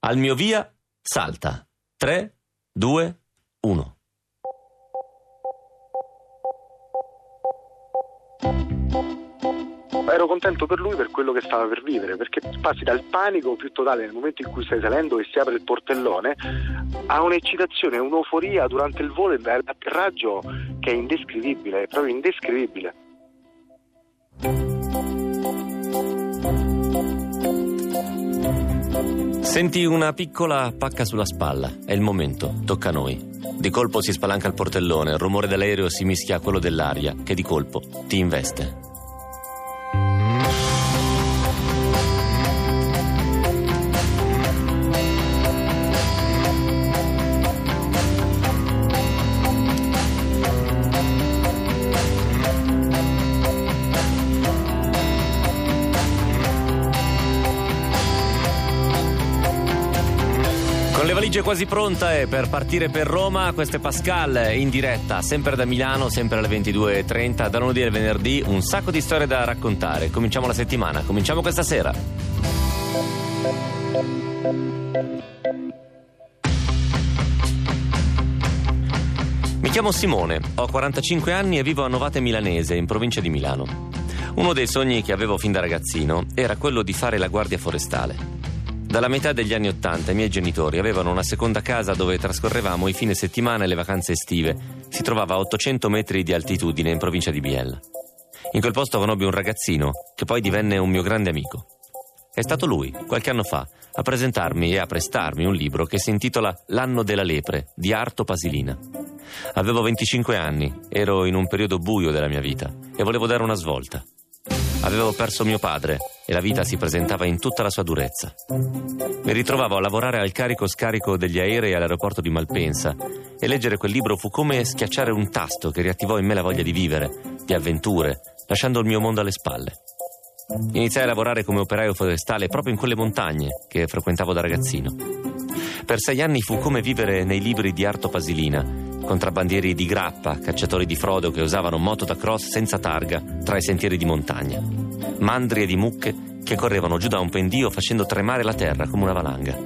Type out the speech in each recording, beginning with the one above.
Al mio via, salta. 3, 2, 1. Ero contento per lui, per quello che stava per vivere, perché passi dal panico più totale nel momento in cui stai salendo e si apre il portellone a un'eccitazione, un'euforia durante il volo e l'atterraggio che è indescrivibile, è proprio indescrivibile. Senti una piccola pacca sulla spalla, è il momento, tocca a noi. Di colpo si spalanca il portellone, il rumore dell'aereo si mischia a quello dell'aria, che di colpo ti investe. Con le valigie quasi pronte per partire per Roma, questo è Pascal in diretta, sempre da Milano, sempre alle 22:30, da lunedì al venerdì, un sacco di storie da raccontare. Cominciamo la settimana, cominciamo questa sera. Mi chiamo Simone, ho 45 anni e vivo a Novate Milanese, in provincia di Milano. Uno dei sogni che avevo fin da ragazzino era quello di fare la guardia forestale. Dalla metà degli anni '80 i miei genitori avevano una seconda casa dove trascorrevamo i fine settimana e le vacanze estive. Si trovava a 800 metri di altitudine in provincia di Biella. In quel posto conobbi un ragazzino che poi divenne un mio grande amico. È stato lui, qualche anno fa, a presentarmi e a prestarmi un libro che si intitola L'anno della lepre di Arto Pasilina. Avevo 25 anni, ero in un periodo buio della mia vita e volevo dare una svolta. Avevo perso mio padre e la vita si presentava in tutta la sua durezza. Mi ritrovavo a lavorare al carico-scarico degli aerei all'aeroporto di Malpensa e leggere quel libro fu come schiacciare un tasto che riattivò in me la voglia di vivere, di avventure, lasciando il mio mondo alle spalle. Iniziai a lavorare come operaio forestale proprio in quelle montagne che frequentavo da ragazzino. Per 6 anni fu come vivere nei libri di Arto Pasilina, contrabbandieri di grappa, cacciatori di frodo che usavano moto da cross senza targa tra i sentieri di montagna, mandrie di mucche che correvano giù da un pendio facendo tremare la terra come una valanga.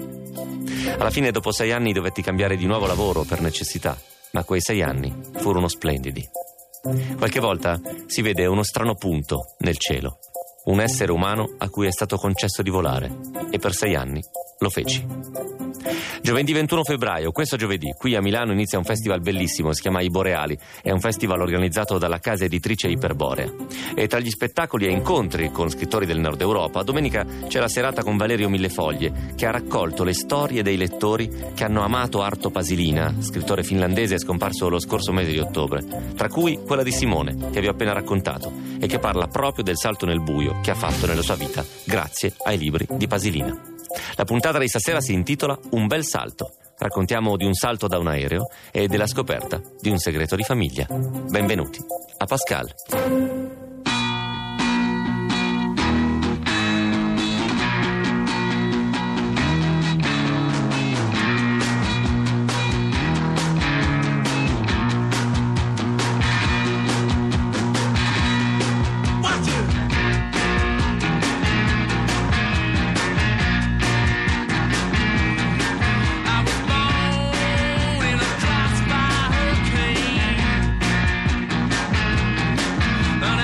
Alla fine, dopo 6 anni, dovetti cambiare di nuovo lavoro per necessità, ma quei 6 anni furono splendidi. Qualche volta si vede uno strano punto nel cielo, un essere umano a cui è stato concesso di volare, e per 6 anni lo feci. Giovedì 21 febbraio, questo giovedì, qui a Milano inizia un festival bellissimo, si chiama I Boreali, è un festival organizzato dalla casa editrice Iperborea. E tra gli spettacoli e incontri con scrittori del Nord Europa, domenica c'è la serata con Valerio Millefoglie, che ha raccolto le storie dei lettori che hanno amato Arto Pasilina, scrittore finlandese scomparso lo scorso mese di ottobre, tra cui quella di Simone, che vi ho appena raccontato, e che parla proprio del salto nel buio che ha fatto nella sua vita grazie ai libri di Pasilina. La puntata di stasera si intitola Un bel salto. Raccontiamo di un salto da un aereo e della scoperta di un segreto di famiglia. Benvenuti a Pascal. But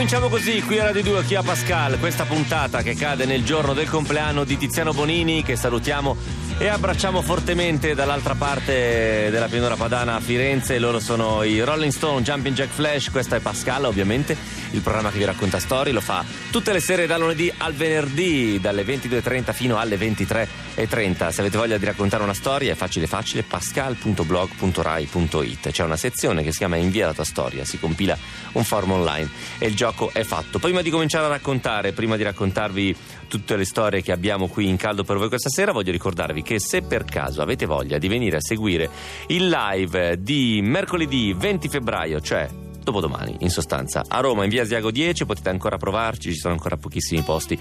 cominciamo così qui a Radio 2, chi a Pascal, questa puntata che cade nel giorno del compleanno di Tiziano Bonini, che salutiamo e abbracciamo fortemente dall'altra parte della pianura padana a Firenze. Loro sono i Rolling Stone, Jumping Jack Flash. Questo è Pascal, ovviamente, il programma che vi racconta storie. Lo fa tutte le sere dal lunedì al venerdì, dalle 22.30 fino alle 23.30. Se avete voglia di raccontare una storia è facile, pascal.blog.rai.it. C'è una sezione che si chiama Invia la tua storia, si compila un forum online e il gioco è fatto. Prima di cominciare a raccontare, prima di raccontarvi tutte le storie che abbiamo qui in caldo per voi questa sera, voglio ricordarvi che se per caso avete voglia di venire a seguire il live di mercoledì 20 febbraio, cioè dopodomani, in sostanza, a Roma in via Asiago 10, potete ancora provarci, ci sono ancora pochissimi posti.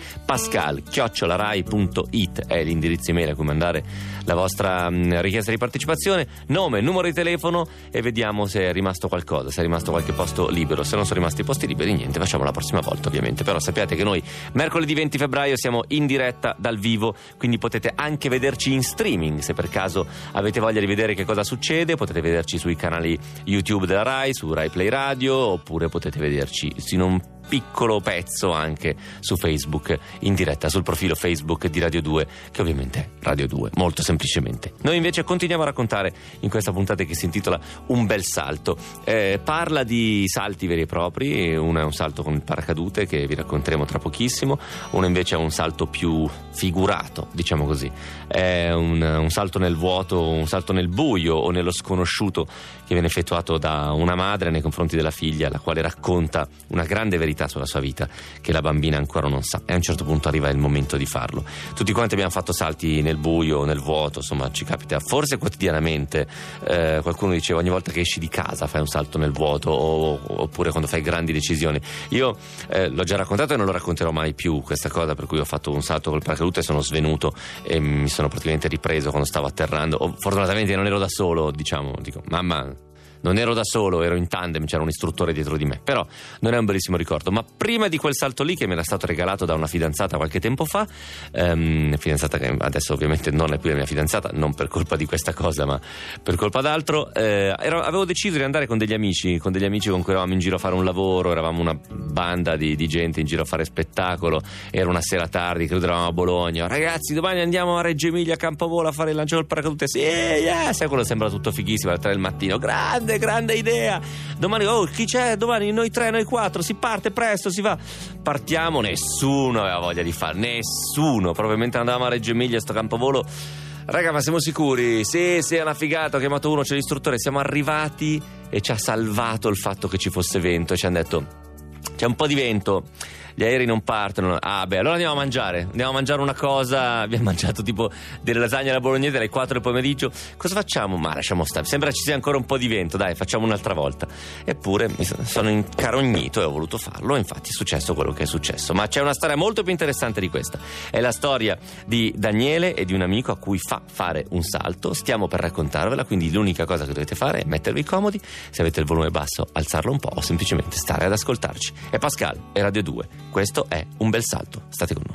pascal@rai.it è l'indirizzo email a cui mandare la vostra richiesta di partecipazione, nome, numero di telefono, e vediamo se è rimasto qualcosa, se è rimasto qualche posto libero. Se non sono rimasti posti liberi, niente, facciamo la prossima volta, ovviamente. Però sappiate che noi mercoledì 20 febbraio siamo in diretta dal vivo, quindi potete anche vederci in streaming. Se per caso avete voglia di vedere che cosa succede, potete vederci sui canali YouTube della Rai, su Rai Play Radio, oppure potete vederci in un piccolo pezzo anche su Facebook in diretta sul profilo Facebook di Radio 2, che ovviamente è Radio 2, molto semplicemente. Noi invece continuiamo a raccontare in questa puntata che si intitola Un bel salto. Parla di salti veri e propri. Uno è un salto con il paracadute che vi racconteremo tra pochissimo, uno invece è un salto più figurato, diciamo così, è un salto nel vuoto, un salto nel buio o nello sconosciuto che viene effettuato da una madre nei confronti della figlia, la quale racconta una grande verità sulla sua vita che la bambina ancora non sa, e a un certo punto arriva il momento di farlo. Tutti quanti abbiamo fatto salti nel buio, nel vuoto, insomma ci capita forse quotidianamente. Qualcuno diceva ogni volta che esci di casa fai un salto nel vuoto, oppure quando fai grandi decisioni. Io l'ho già raccontato e non lo racconterò mai più questa cosa, per cui ho fatto un salto col paracadute e sono svenuto e mi sono praticamente ripreso quando stavo atterrando. Fortunatamente non ero da solo, dico mamma, non ero da solo, ero in tandem, c'era un istruttore dietro di me, però non è un bellissimo ricordo. Ma prima di quel salto lì, che mi era stato regalato da una fidanzata qualche tempo fa, fidanzata che adesso ovviamente non è più la mia fidanzata, non per colpa di questa cosa ma per colpa d'altro, avevo deciso di andare con degli amici con cui eravamo in giro a fare un lavoro. Eravamo una banda di gente in giro a fare spettacolo, era una sera tardi, credo eravamo a Bologna. Ragazzi, domani andiamo a Reggio Emilia, a Campovolo, a fare il lancio del paracadute. Sì, yeah! Sai, quello sembra tutto fighissimo alle 3 del mattino, grande idea. Domani, chi c'è? Domani noi 3, noi 4, si parte presto, si va. Partiamo, nessuno aveva voglia di fare, nessuno. Proprio mentre andavamo a Reggio Emilia, sto Campovolo, raga, ma siamo sicuri? Sì, è una figata, ho chiamato uno, c'è l'istruttore. Siamo arrivati e ci ha salvato il fatto che ci fosse vento, e ci hanno detto c'è un po' di vento, gli aerei non partono. Allora andiamo a mangiare una cosa. Abbiamo mangiato tipo delle lasagne alla bolognese alle 4 del pomeriggio. Cosa facciamo? Ma lasciamo stare, sembra ci sia ancora un po' di vento, dai, facciamo un'altra volta. Eppure mi sono incarognito e ho voluto farlo, infatti è successo quello che è successo. Ma c'è una storia molto più interessante di questa. È la storia di Daniele e di un amico a cui fa fare un salto. Stiamo per raccontarvela, quindi l'unica cosa che dovete fare è mettervi comodi. Se avete il volume basso, alzarlo un po' o semplicemente stare ad ascoltarci. È Pascal e Radio 2. Questo è Un bel salto, state con noi.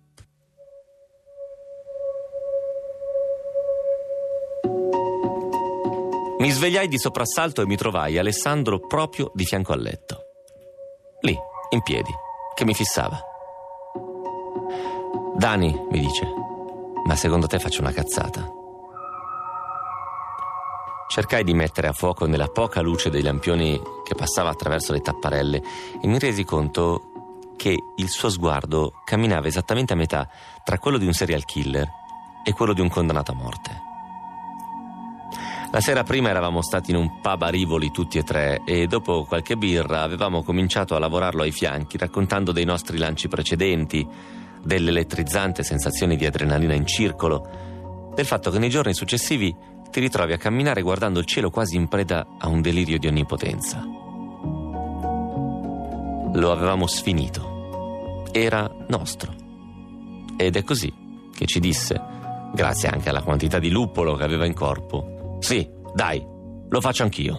Mi svegliai di soprassalto e mi trovai Alessandro proprio di fianco al letto, lì, in piedi, che mi fissava. Dani, mi dice, ma secondo te faccio una cazzata? Cercai di mettere a fuoco nella poca luce dei lampioni che passava attraverso le tapparelle e mi resi conto che il suo sguardo camminava esattamente a metà tra quello di un serial killer e quello di un condannato a morte. La sera prima eravamo stati in un pub a Rivoli tutti e tre e dopo qualche birra avevamo cominciato a lavorarlo ai fianchi, raccontando dei nostri lanci precedenti, dell'elettrizzante sensazione di adrenalina in circolo, del fatto che nei giorni successivi ti ritrovi a camminare guardando il cielo quasi in preda a un delirio di onnipotenza. Lo avevamo sfinito. Era nostro. Ed è così che ci disse, grazie anche alla quantità di luppolo che aveva in corpo, sì, dai, lo faccio anch'io.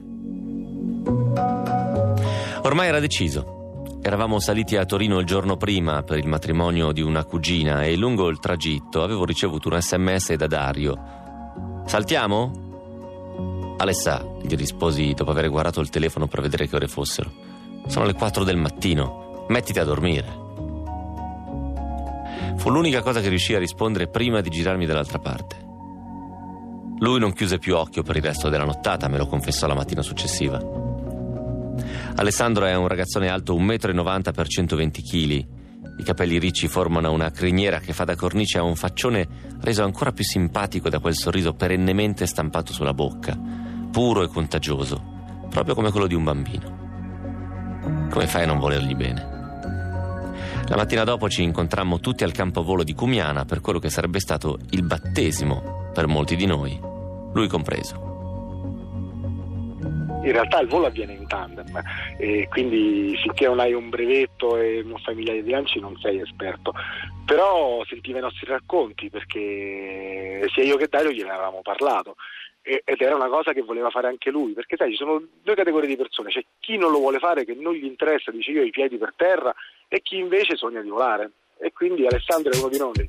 Ormai era deciso. Eravamo saliti a Torino il giorno prima per il matrimonio di una cugina e lungo il tragitto avevo ricevuto un SMS da Dario. Saltiamo? Alessà, gli risposi dopo aver guardato il telefono per vedere che ore fossero. Sono le 4 del mattino, mettiti a dormire. Fu l'unica cosa che riuscì a rispondere prima di girarmi dall'altra parte. Lui non chiuse più occhio per il resto della nottata, me lo confessò la mattina successiva. Alessandro è un ragazzone alto 1,90 m per 120 kg. I capelli ricci formano una criniera che fa da cornice a un faccione reso ancora più simpatico da quel sorriso perennemente stampato sulla bocca, puro e contagioso, proprio come quello di un bambino. Come fai a non volergli bene? La mattina dopo ci incontrammo tutti al campo volo di Cumiana per quello che sarebbe stato il battesimo per molti di noi, lui compreso. In realtà il volo avviene in tandem e quindi finché non hai un brevetto e non fai migliaia di lanci non sei esperto, però sentiva i nostri racconti perché sia io che Dario gliene avevamo parlato ed era una cosa che voleva fare anche lui, perché sai, ci sono due categorie di persone, c'è chi non lo vuole fare, che non gli interessa, dice io ho i piedi per terra, e chi invece sogna di volare, e quindi Alessandro è uno di noi.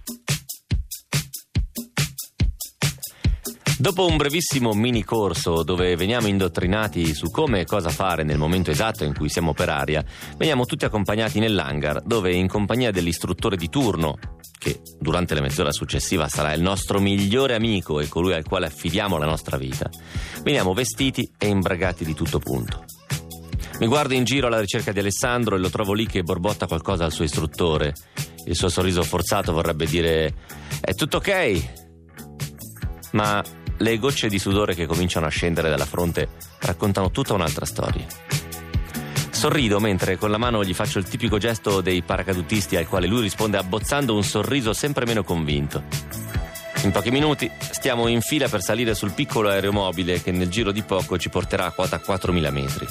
Dopo un brevissimo mini corso dove veniamo indottrinati su come e cosa fare nel momento esatto in cui siamo per aria, veniamo tutti accompagnati nell'hangar dove, in compagnia dell'istruttore di turno, che durante la mezz'ora successiva sarà il nostro migliore amico e colui al quale affidiamo la nostra vita, veniamo vestiti e imbragati di tutto punto. Mi guardo in giro alla ricerca di Alessandro e lo trovo lì che borbotta qualcosa al suo istruttore. Il suo sorriso forzato vorrebbe dire «È tutto ok?» Ma le gocce di sudore che cominciano a scendere dalla fronte raccontano tutta un'altra storia. Sorrido mentre con la mano gli faccio il tipico gesto dei paracadutisti al quale lui risponde abbozzando un sorriso sempre meno convinto. In pochi minuti stiamo in fila per salire sul piccolo aeromobile che nel giro di poco ci porterà a quota 4.000 metri.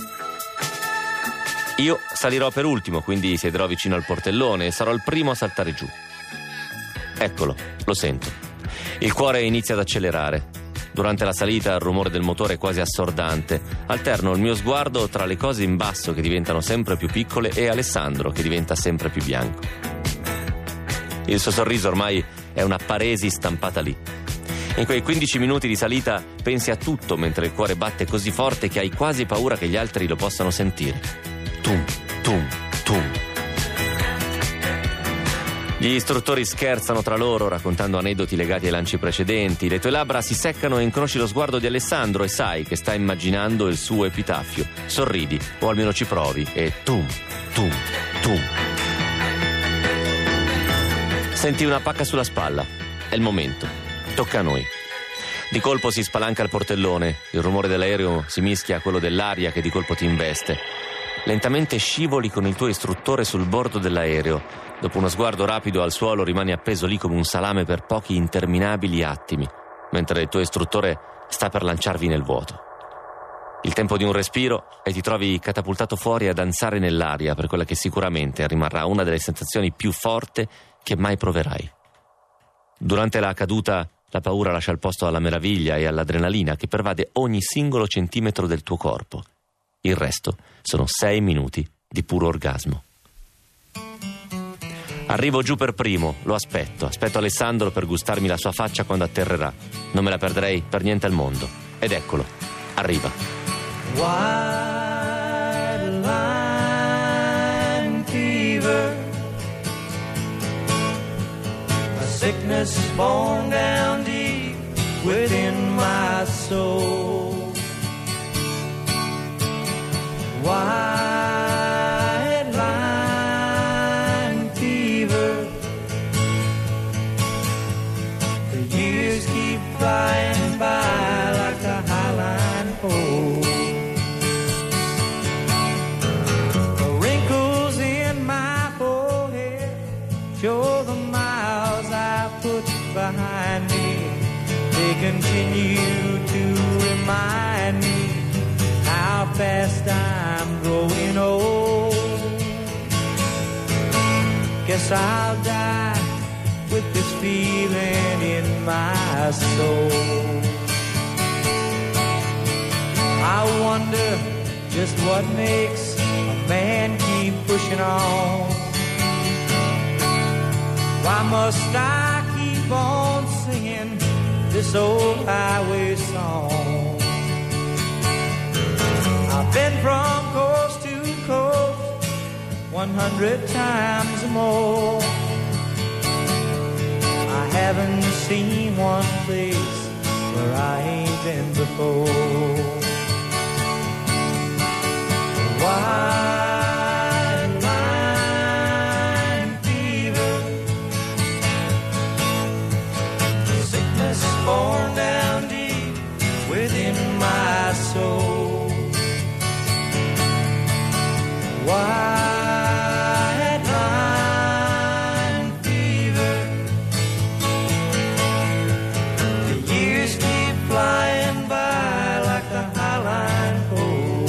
Io salirò per ultimo, quindi siederò vicino al portellone e sarò il primo a saltare giù. Eccolo, lo sento. Il cuore inizia ad accelerare. Durante la salita il rumore del motore è quasi assordante. Alterno il mio sguardo tra le cose in basso che diventano sempre più piccole e Alessandro che diventa sempre più bianco. Il suo sorriso ormai è una paresi stampata lì. In quei 15 minuti di salita pensi a tutto mentre il cuore batte così forte che hai quasi paura che gli altri lo possano sentire. Tum, tum, tum. Gli istruttori scherzano tra loro raccontando aneddoti legati ai lanci precedenti. Le tue labbra si seccano e incroci lo sguardo di Alessandro e sai che sta immaginando il suo epitaffio. Sorridi, o almeno ci provi, e tum, tum, tum. Senti una pacca sulla spalla. È il momento. Tocca a noi. Di colpo si spalanca il portellone. Il rumore dell'aereo si mischia a quello dell'aria che di colpo ti investe. Lentamente scivoli con il tuo istruttore sul bordo dell'aereo. Dopo uno sguardo rapido al suolo rimani appeso lì come un salame per pochi interminabili attimi, mentre il tuo istruttore sta per lanciarvi nel vuoto. Il tempo di un respiro e ti trovi catapultato fuori a danzare nell'aria per quella che sicuramente rimarrà una delle sensazioni più forti che mai proverai. Durante la caduta la paura lascia il posto alla meraviglia e all'adrenalina che pervade ogni singolo centimetro del tuo corpo. Il resto sono 6 minuti di puro orgasmo. Arrivo giù per primo, lo aspetto Alessandro per gustarmi la sua faccia quando atterrerà. Non me la perderei per niente al mondo. Ed eccolo, arriva. White line fever, a sickness born down deep within my soul. White line fever, the years keep flying by like a highline pole. The wrinkles in my forehead show the miles I put behind me. They continue to remind me how fast I'm growing old. Guess I'll die with this feeling in my soul. I wonder just what makes a man keep pushing on. Why must I keep on singing this old highway song? I've been from coast to coast, 100 times more. I haven't seen one place where I ain't been before. White line fever, sickness born down deep within my soul. White line fever, the years keep flying by like the High Line pole.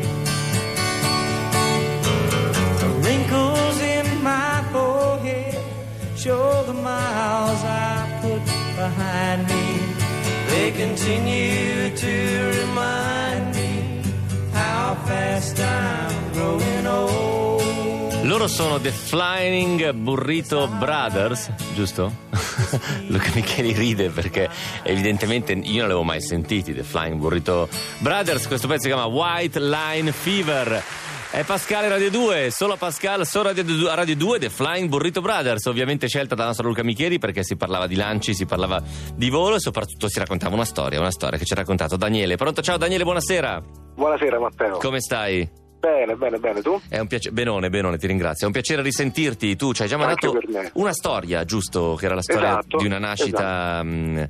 The wrinkles in my forehead show the miles I put behind me. They continue to remind me how fast I'm growing old. Loro sono The Flying Burrito Brothers, giusto? Luca Micheli ride perché evidentemente io non l'avevo mai sentiti, The Flying Burrito Brothers. Questo pezzo si chiama White Line Fever. È Pascale Radio 2, solo Pascal, solo Radio 2, The Flying Burrito Brothers, ovviamente scelta dalla nostra Luca Micheli perché si parlava di lanci, si parlava di volo e soprattutto si raccontava una storia che ci ha raccontato Daniele. Pronto? Ciao Daniele, buonasera. Buonasera Matteo. Come stai? Bene, tu? È un piacere, Benone, ti ringrazio. È un piacere risentirti. Tu ci hai già mandato una storia, giusto? Che era la storia di una nascita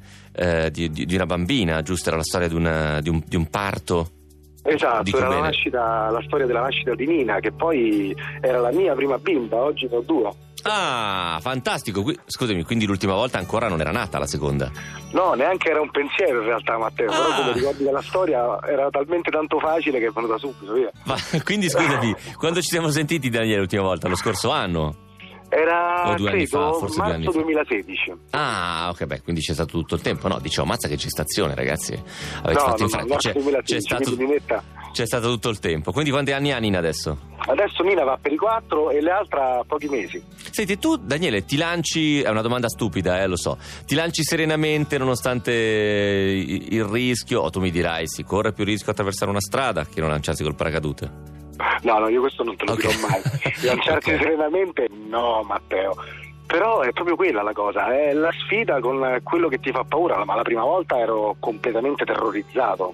di una bambina, giusto? Era la storia di un parto. Esatto, era la storia della nascita di Nina, che poi era la mia prima bimba, oggi ne ho 2. Ah, fantastico. Scusami, quindi l'ultima volta ancora non era nata la seconda? No, neanche era un pensiero in realtà, Matteo. Però come ricordi della storia era talmente tanto facile che è venuta subito via. Ma quindi scusami, quando ci siamo sentiti, Daniele, l'ultima volta? Lo scorso anno? Era, o 2 anni fa, forse 2 anni fa. 2016. Ah, ok, beh, quindi c'è stato tutto il tempo. No, dicevo, mazza che gestazione, ragazzi. Avete fatto in fretta. C'è stato tutto il tempo. Quindi quanti anni ha Nina adesso? Adesso Nina va per i 4 e le altre pochi mesi. Senti, tu Daniele ti lanci, è una domanda stupida, lo so, ti lanci serenamente nonostante il rischio, o tu mi dirai si corre più rischio attraversare una strada che non lanciarsi col paracadute? No, io questo non te lo dirò mai. Lanciarsi serenamente no, Matteo. Però è proprio quella la cosa, è la sfida con quello che ti fa paura. Ma la prima volta ero completamente terrorizzato.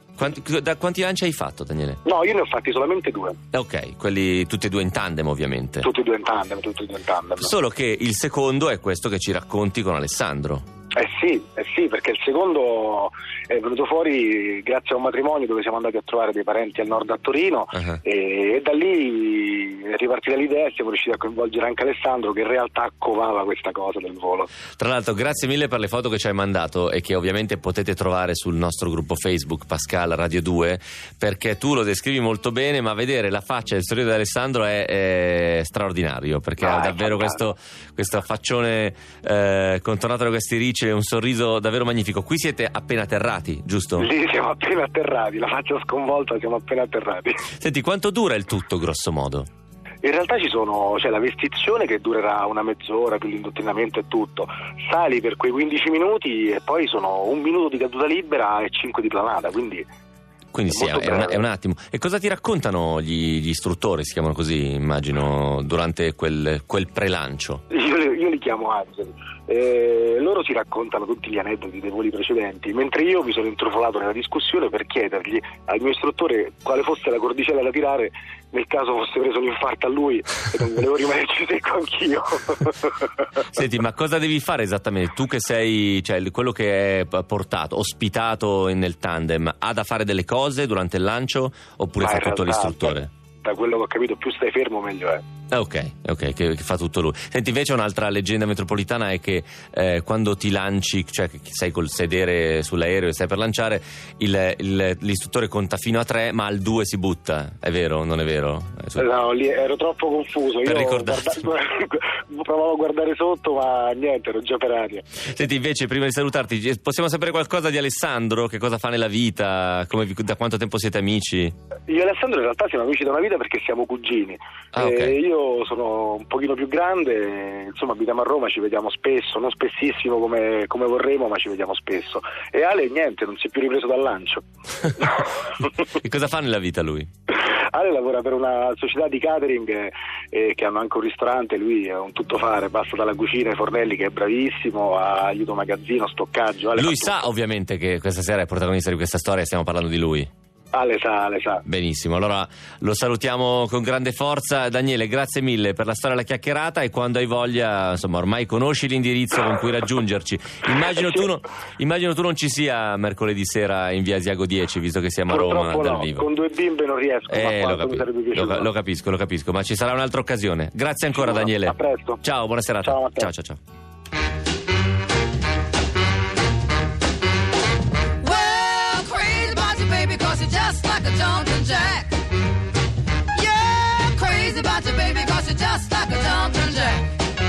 Quanti lanci hai fatto, Daniele? No, io ne ho fatti solamente 2. Ok, quelli tutti e due in tandem, ovviamente. Tutti e due in tandem. Solo che il secondo è questo che ci racconti con Alessandro. Sì, perché il secondo è venuto fuori grazie a un matrimonio dove siamo andati a trovare dei parenti al nord a Torino, e da lì è ripartita l'idea e siamo riusciti a coinvolgere anche Alessandro, che in realtà covava questa cosa del volo. Tra l'altro grazie mille per le foto che ci hai mandato e che ovviamente potete trovare sul nostro gruppo Facebook Pascal Radio 2, perché tu lo descrivi molto bene, ma vedere la faccia del sorriso di Alessandro è straordinario, perché ha davvero questo faccione contornato da questi ricci, un sorriso davvero magnifico. Qui siete appena atterrati, giusto? Sì, siamo appena atterrati, la faccia sconvolta, siamo appena atterrati. Senti, quanto dura il tutto, grosso modo? In realtà c'è la vestizione che durerà una mezz'ora più l'indottrinamento e tutto. Sali per quei 15 minuti e poi sono 1 minuto di caduta libera e 5 di planata, quindi sì, è un attimo. E cosa ti raccontano gli istruttori, si chiamano così, immagino, durante quel prelancio? Io li chiamo angeli. Loro si raccontano tutti gli aneddoti dei voli precedenti, mentre io mi sono intrufolato nella discussione per chiedergli al mio istruttore quale fosse la cordicella da tirare nel caso fosse preso un infarto a lui e non volevo rimanerci secco anch'io. Senti, ma cosa devi fare esattamente? Tu che sei, quello che è portato, ospitato nel tandem, ha da fare delle cose durante il lancio oppure fa tutto l'istruttore? Da quello che ho capito, più stai fermo meglio è. Ok, che fa tutto lui. Senti, invece un'altra leggenda metropolitana è che quando ti lanci, cioè che sei col sedere sull'aereo e stai per lanciare, l'istruttore conta fino a 3, ma al 2 si butta. È vero o non è vero? No, lì ero troppo confuso. Per provavo a guardare sotto, ma niente, ero già per aria. Senti, invece, prima di salutarti, possiamo sapere qualcosa di Alessandro? Che cosa fa nella vita? Da quanto tempo siete amici? Io e Alessandro in realtà siamo amici da una vita perché siamo cugini. Io sono un pochino più grande, insomma abitiamo a Roma, ci vediamo spesso, non spessissimo come vorremmo, ma ci vediamo spesso. E Ale niente, non si è più ripreso dal lancio. E cosa fa nella vita lui? Ale lavora per una società di catering che hanno anche un ristorante, lui è un tuttofare, passa dalla cucina ai fornelli, che è bravissimo, aiuto magazzino, stoccaggio. Ale lui sa ovviamente che questa sera è protagonista di questa storia, stiamo parlando di lui. Ale sa. Benissimo, allora lo salutiamo con grande forza. Daniele, grazie mille per la storia e la chiacchierata, e quando hai voglia, insomma, ormai conosci l'indirizzo con cui raggiungerci. Immagino tu non ci sia mercoledì sera in via Asiago 10, visto che siamo a Roma dal vivo. Con 2 bimbe non riesco, ma mi sarebbe piaciuto. Lo capisco, ma ci sarà un'altra occasione. Grazie ancora, Daniele. A presto. Ciao, buona serata. Ciao. Just like a jumping jack. Yeah, crazy about you, baby, 'cause you're just like a jumping jack.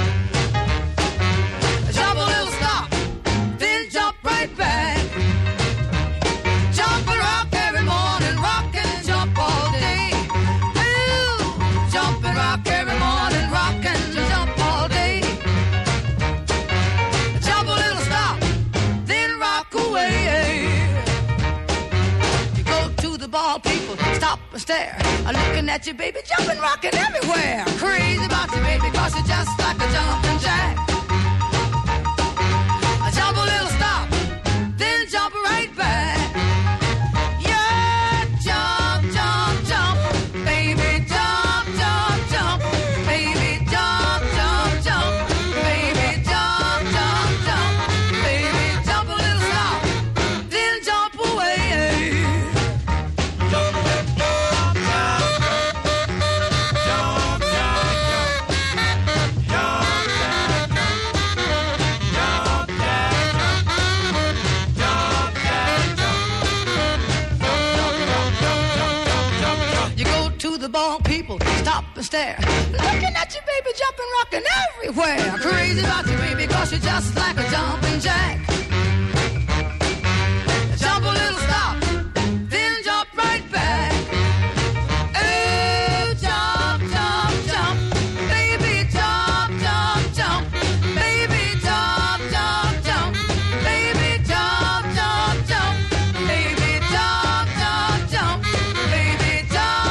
Jump a little, stop, then jump right back. Jump and rock every morning, rock and jump all day. Ooh, jump and rock every morning, rock and jump all day. Jump a little, stop, then rock away. Ball people stop and stare, looking at you, baby, jumping, rocking everywhere. Crazy about you, baby, 'cause you're just like a jumping jack. Jump a little, stop, then jump right back. Yeah, jump, jump, jump, baby, jump, jump, jump, baby, jump, jump, jump, baby, jump, jump, jump, baby, jump a little, stop, then jump away. The ball people stop and stare, looking at you, baby, jumping, rocking everywhere. Crazy about you, baby, 'cause you're just like a jumping jack. Jump a little, stop, then jump right back. Oh, jump, jump, jump, baby, jump, jump, jump, baby, jump, jump, jump, baby, jump, jump, jump, baby, jump, jump, jump, baby,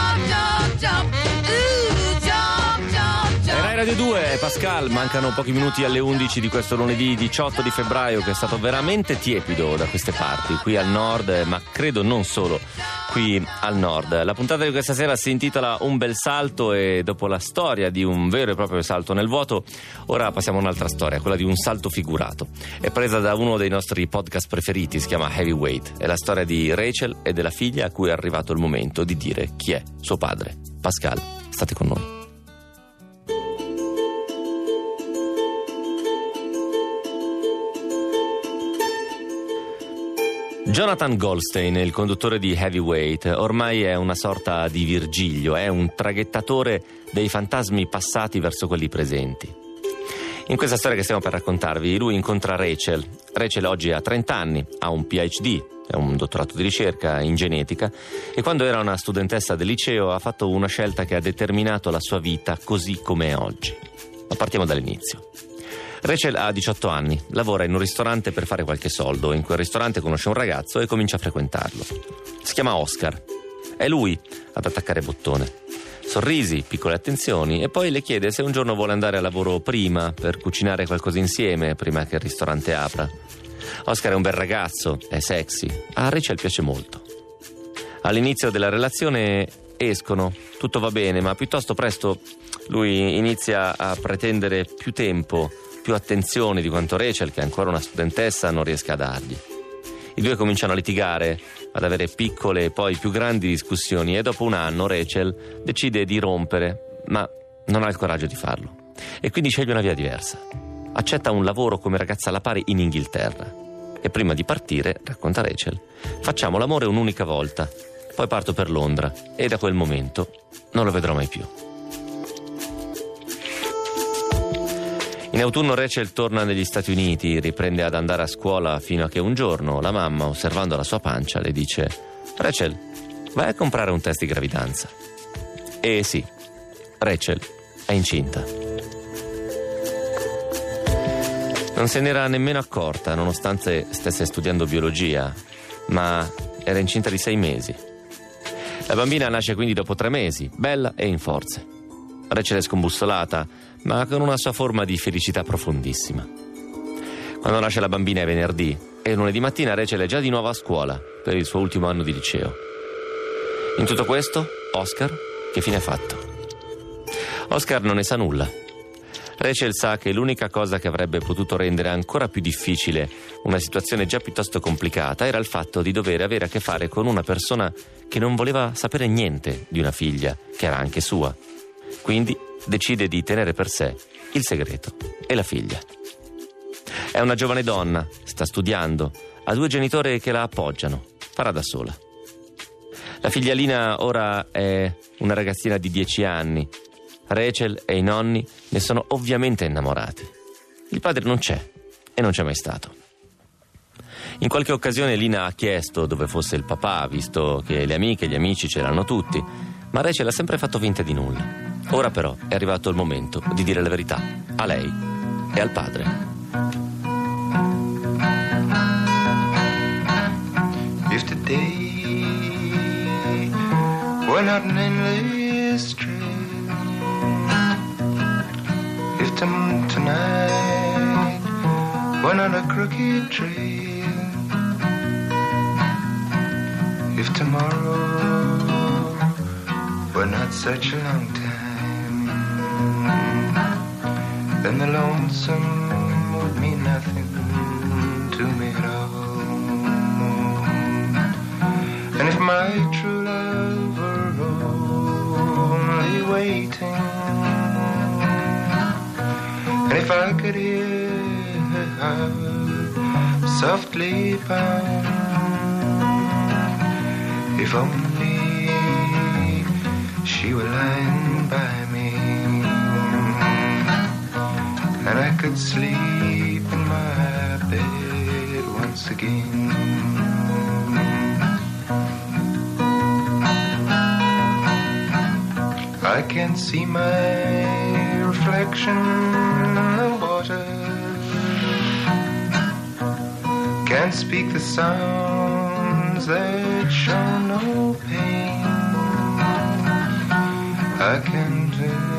jump. Radio 2, Pascal, mancano pochi minuti alle 11 di questo lunedì 18 di febbraio, che è stato veramente tiepido da queste parti, qui al nord, ma credo non solo qui al nord. La puntata di questa sera si intitola Un bel salto, e dopo la storia di un vero e proprio salto nel vuoto, ora passiamo a un'altra storia, quella di un salto figurato. È presa da uno dei nostri podcast preferiti, si chiama Heavyweight. È la storia di Rachel e della figlia a cui è arrivato il momento di dire chi è suo padre. Pascal, state con noi. Jonathan Goldstein, il conduttore di Heavyweight, ormai è una sorta di Virgilio, è un traghettatore dei fantasmi passati verso quelli presenti. In questa storia che stiamo per raccontarvi, lui incontra Rachel. Rachel oggi ha 30 anni, ha un PhD, è un dottorato di ricerca in genetica, e quando era una studentessa del liceo ha fatto una scelta che ha determinato la sua vita così come è oggi. Ma partiamo dall'inizio. Rachel ha 18 anni, lavora in un ristorante per fare qualche soldo. In quel ristorante conosce un ragazzo e comincia a frequentarlo. Si chiama Oscar. È lui ad attaccare bottone. Sorrisi, piccole attenzioni, e poi le chiede se un giorno vuole andare a lavoro prima per cucinare qualcosa insieme prima che il ristorante apra. Oscar è un bel ragazzo, è sexy, a Rachel piace molto. All'inizio della relazione escono, tutto va bene, ma piuttosto presto lui inizia a pretendere più tempo, più attenzione di quanto Rachel, che è ancora una studentessa, non riesca a dargli. I due cominciano a litigare, ad avere piccole e poi più grandi discussioni, e dopo un anno Rachel decide di rompere, ma non ha il coraggio di farlo, e quindi sceglie una via diversa. Accetta un lavoro come ragazza alla pari in Inghilterra, e prima di partire, racconta Rachel, facciamo l'amore un'unica volta, poi parto per Londra e da quel momento non lo vedrò mai più. In autunno Rachel torna negli Stati Uniti, riprende ad andare a scuola fino a che un giorno la mamma, osservando la sua pancia, le dice: Rachel, vai a comprare un test di gravidanza. E sì, Rachel è incinta. Non se n'era nemmeno accorta, nonostante stesse studiando biologia, ma era incinta di 6 mesi. La bambina nasce quindi dopo 3 mesi, bella e in forze. Rachel è scombussolata, ma con una sua forma di felicità profondissima. Quando nasce la bambina è venerdì e lunedì mattina Rachel è già di nuovo a scuola per il suo ultimo anno di liceo. In tutto questo, Oscar, che fine ha fatto? Oscar non ne sa nulla. Rachel sa che l'unica cosa che avrebbe potuto rendere ancora più difficile una situazione già piuttosto complicata era il fatto di dover avere a che fare con una persona che non voleva sapere niente di una figlia, che era anche sua. Quindi decide di tenere per sé il segreto e la figlia. È una giovane donna, sta studiando, ha 2 genitori che la appoggiano, farà da sola. La figlia Lina ora è una ragazzina di 10 anni. Rachel e i nonni ne sono ovviamente innamorati. Il padre non c'è e non c'è mai stato. In qualche occasione Lina ha chiesto dove fosse il papà, visto che le amiche e gli amici c'erano tutti, ma Rachel ha sempre fatto finta di nulla. Ora però è arrivato il momento di dire la verità a lei e al padre. If today were not an endless trail, if tonight were not a crooked trail, if tomorrow were not such a long time, then the lonesome would mean nothing to me at all. And if my true love were only waiting, and if I could hear her heart softly pound, if only she were lying by me, and I could sleep in my bed once again. I can't see my reflection in the water, can't speak the sounds that show no pain. I can't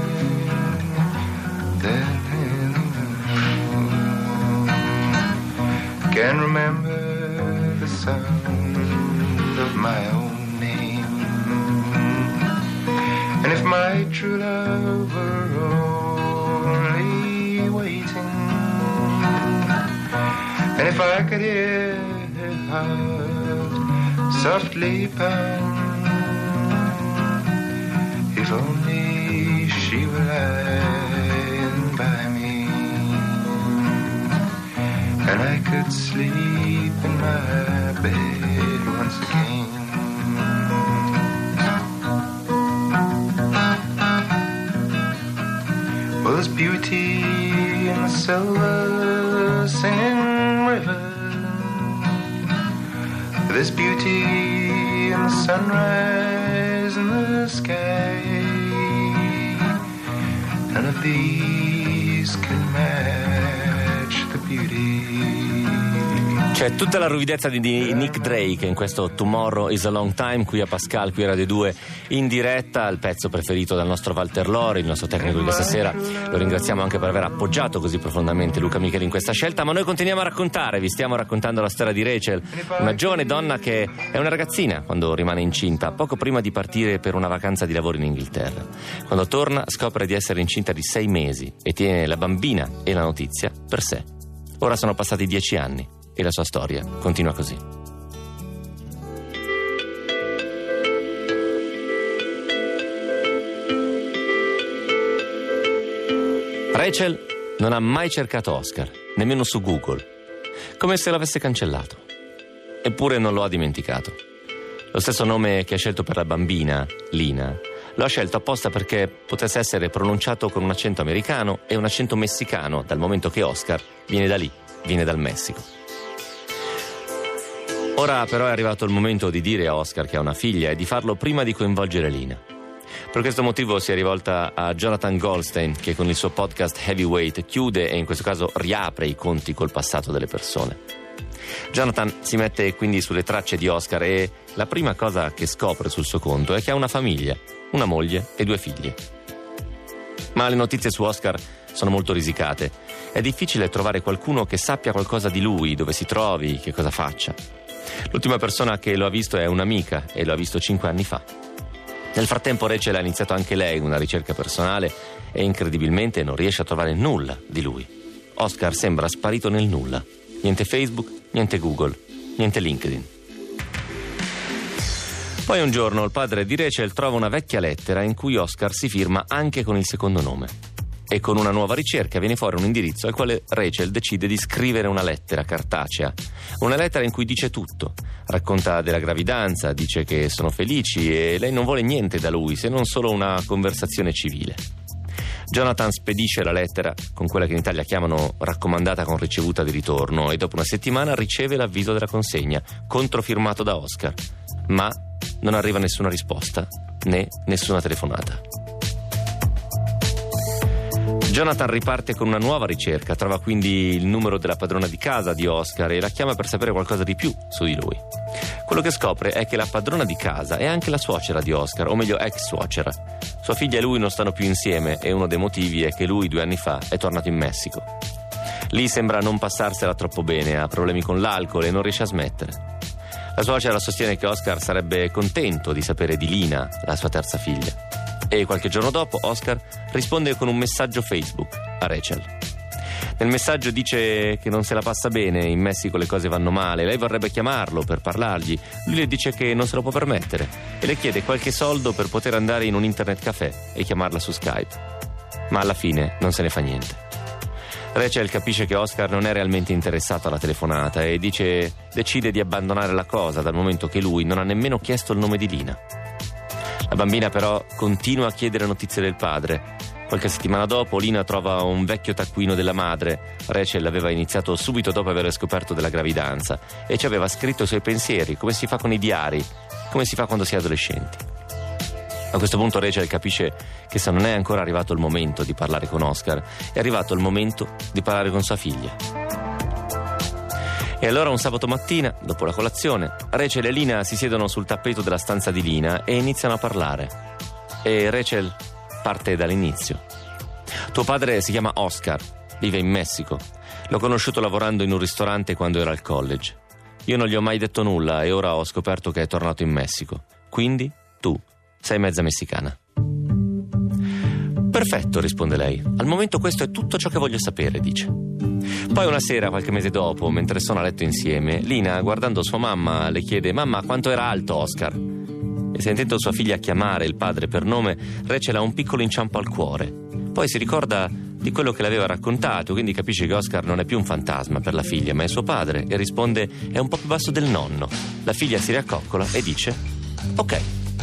can't remember the sound of my own name. And if my true love were only waiting, and if I could hear her heart softly pound, if only she were lying by me, and I could sleep in my bed once again. Well, there's beauty in the silver singing river, there's beauty in the sunrise in the sky, none of these can match the beauty. C'è tutta la ruvidezza di Nick Drake in questo Tomorrow is a Long Time, qui a Pascal, qui a Radio 2 in diretta, il pezzo preferito dal nostro Walter Lori, il nostro tecnico di questa sera. Lo ringraziamo anche per aver appoggiato così profondamente Luca Micheli in questa scelta, ma noi continuiamo a raccontare, vi stiamo raccontando la storia di Rachel, una giovane donna che è una ragazzina quando rimane incinta, poco prima di partire per una vacanza di lavoro in Inghilterra. Quando torna scopre di essere incinta di 6 mesi e tiene la bambina e la notizia per sé. Ora sono passati 10 anni. E la sua storia continua così. Rachel non ha mai cercato Oscar, nemmeno su Google, come se l'avesse cancellato. Eppure non lo ha dimenticato. Lo stesso nome che ha scelto per la bambina, Lina, lo ha scelto apposta perché potesse essere pronunciato con un accento americano e un accento messicano, dal momento che Oscar viene da lì, viene dal Messico. Ora però è arrivato il momento di dire a Oscar che ha una figlia e di farlo prima di coinvolgere Lina. Per questo motivo si è rivolta a Jonathan Goldstein, che con il suo podcast Heavyweight chiude e in questo caso riapre i conti col passato delle persone. Jonathan si mette quindi sulle tracce di Oscar e la prima cosa che scopre sul suo conto è che ha una famiglia, una moglie e 2 figli. Ma le notizie su Oscar sono molto risicate. È difficile trovare qualcuno che sappia qualcosa di lui, dove si trovi, che cosa faccia. L'ultima persona che lo ha visto è un'amica e lo ha visto 5 anni fa. Nel frattempo Rachel ha iniziato anche lei una ricerca personale e incredibilmente non riesce a trovare nulla di lui. Oscar sembra sparito nel nulla. Niente Facebook, niente Google, niente LinkedIn. Poi un giorno il padre di Rachel trova una vecchia lettera in cui Oscar si firma anche con il secondo nome. E con una nuova ricerca viene fuori un indirizzo al quale Rachel decide di scrivere una lettera cartacea. Una lettera in cui dice tutto. Racconta della gravidanza, dice che sono felici e lei non vuole niente da lui se non solo una conversazione civile. Jonathan spedisce la lettera con quella che in Italia chiamano raccomandata con ricevuta di ritorno e dopo una settimana riceve l'avviso della consegna, controfirmato da Oscar. Ma non arriva nessuna risposta, né nessuna telefonata. Jonathan riparte con una nuova ricerca, trova quindi il numero della padrona di casa di Oscar e la chiama per sapere qualcosa di più su di lui. Quello che scopre è che la padrona di casa è anche la suocera di Oscar, o meglio ex suocera. Sua figlia e lui non stanno più insieme e uno dei motivi è che lui 2 anni fa è tornato in Messico. Lì sembra non passarsela troppo bene, ha problemi con l'alcol e non riesce a smettere. La suocera sostiene che Oscar sarebbe contento di sapere di Lina, la sua terza figlia. E qualche giorno dopo Oscar risponde con un messaggio Facebook a Rachel. Nel messaggio dice che non se la passa bene, in Messico le cose vanno male, lei vorrebbe chiamarlo per parlargli, lui le dice che non se lo può permettere e le chiede qualche soldo per poter andare in un internet caffè e chiamarla su Skype. Ma alla fine non se ne fa niente. Rachel capisce che Oscar non è realmente interessato alla telefonata e decide di abbandonare la cosa dal momento che lui non ha nemmeno chiesto il nome di Lina. La bambina però continua a chiedere notizie del padre. Qualche settimana dopo Lina trova un vecchio taccuino della madre. Rachel aveva iniziato subito dopo aver scoperto della gravidanza e ci aveva scritto i suoi pensieri, come si fa con i diari, come si fa quando si è adolescenti. A questo punto Rachel capisce che se non è ancora arrivato il momento di parlare con Oscar, è arrivato il momento di parlare con sua figlia. E allora un sabato mattina, dopo la colazione, Rachel e Lina si siedono sul tappeto della stanza di Lina e iniziano a parlare. E Rachel parte dall'inizio. Tuo padre si chiama Oscar, vive in Messico. L'ho conosciuto lavorando in un ristorante quando era al college. Io non gli ho mai detto nulla e ora ho scoperto che è tornato in Messico. Quindi tu sei mezza messicana. Perfetto, risponde lei. Al momento questo è tutto ciò che voglio sapere, dice. Poi una sera, qualche mese dopo, mentre sono a letto insieme, Lina, guardando sua mamma, le chiede: mamma, quanto era alto Oscar? E sentendo sua figlia chiamare il padre per nome, Rachel ha un piccolo inciampo al cuore. Poi si ricorda di quello che le aveva raccontato, quindi capisce che Oscar non è più un fantasma per la figlia, ma è suo padre, e risponde: è un po' più basso del nonno. La figlia si riaccoccola e dice: ok.